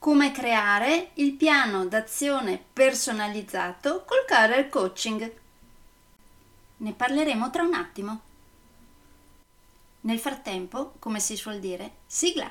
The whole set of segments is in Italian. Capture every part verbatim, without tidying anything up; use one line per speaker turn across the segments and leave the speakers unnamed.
Come creare il piano d'azione personalizzato col Career Coaching. Ne parleremo tra un attimo. Nel frattempo, come si suol dire, sigla!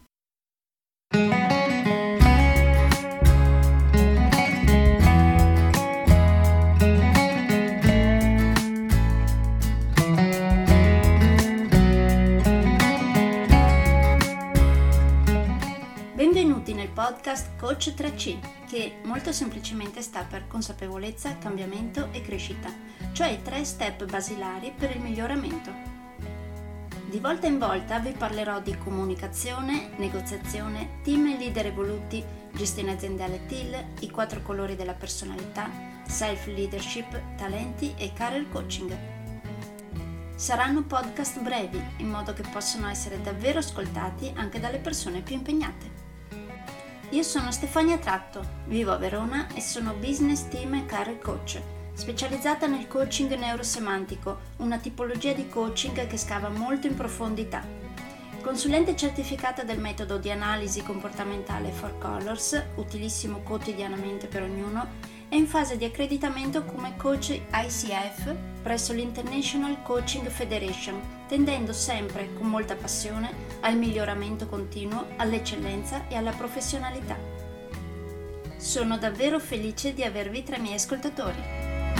Benvenuti nel podcast Coach tre C, che molto semplicemente sta per consapevolezza, cambiamento e crescita, cioè i tre step basilari per il miglioramento. Di volta in volta vi parlerò di comunicazione, negoziazione, team e leader evoluti, gestione aziendale T I L, i quattro colori della personalità, self-leadership, talenti e career coaching. Saranno podcast brevi, in modo che possano essere davvero ascoltati anche dalle persone più impegnate. Io sono Stefania Tratto, vivo a Verona e sono Business Team e Career Coach, specializzata nel coaching neurosemantico, una tipologia di coaching che scava molto in profondità. Consulente certificata del metodo di analisi comportamentale Four Colors, utilissimo quotidianamente per ognuno, e in fase di accreditamento come coach I C F presso l'International Coaching Federation, tendendo sempre con molta passione al miglioramento continuo, all'eccellenza e alla professionalità. Sono davvero felice di avervi tra i miei ascoltatori.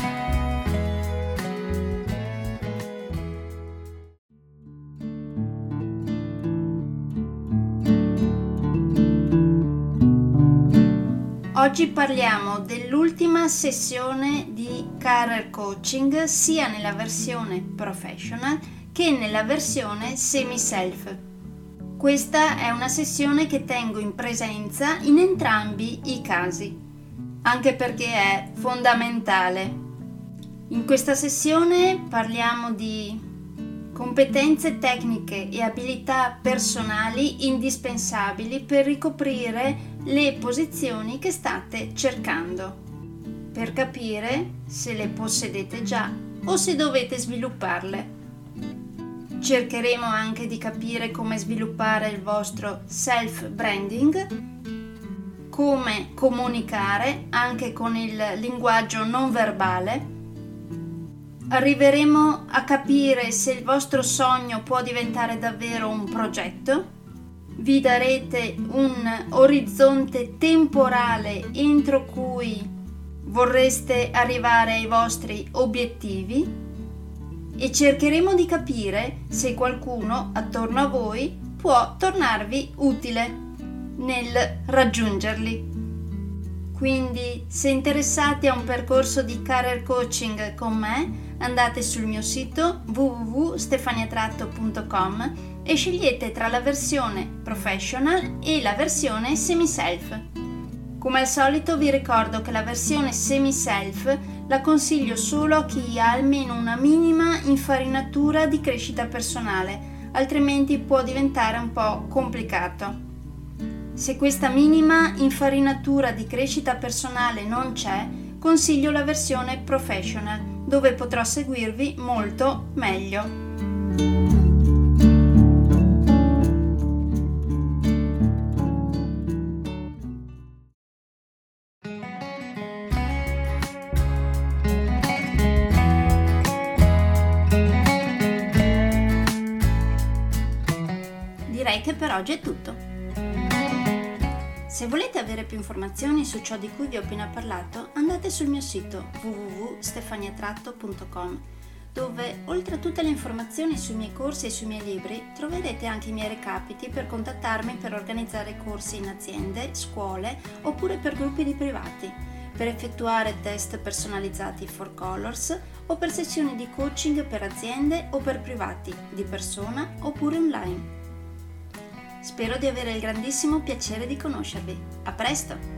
Oggi parliamo dell'ultima sessione di Career Coaching sia nella versione professional che nella versione semi-self. Questa è una sessione che tengo in presenza in entrambi i casi, anche perché è fondamentale. In questa sessione parliamo di competenze tecniche e abilità personali indispensabili per ricoprire le posizioni che state cercando, per capire se le possedete già o se dovete svilupparle. Cercheremo anche di capire come sviluppare il vostro self-branding, come comunicare anche con il linguaggio non verbale. Arriveremo a capire se il vostro sogno può diventare davvero un progetto. Vi darete un orizzonte temporale entro cui vorreste arrivare ai vostri obiettivi e cercheremo di capire se qualcuno attorno a voi può tornarvi utile nel raggiungerli. Quindi, se interessati a un percorso di career coaching con me, andate sul mio sito w w w punto stefaniatratto punto com e scegliete tra la versione professional e la versione semi-self. Come al solito vi ricordo che la versione semi-self la consiglio solo a chi ha almeno una minima infarinatura di crescita personale, altrimenti può diventare un po' complicato. Se questa minima infarinatura di crescita personale non c'è, consiglio la versione professional, dove potrò seguirvi molto meglio. Direi che per oggi è tutto. Se volete avere più informazioni su ciò di cui vi ho appena parlato, andate sul mio sito w w w punto stefaniatratto punto com, dove oltre a tutte le informazioni sui miei corsi e sui miei libri, troverete anche i miei recapiti per contattarmi per organizzare corsi in aziende, scuole oppure per gruppi di privati, per effettuare test personalizzati Four Colors o per sessioni di coaching per aziende o per privati, di persona oppure online. Spero di avere il grandissimo piacere di conoscervi. A presto!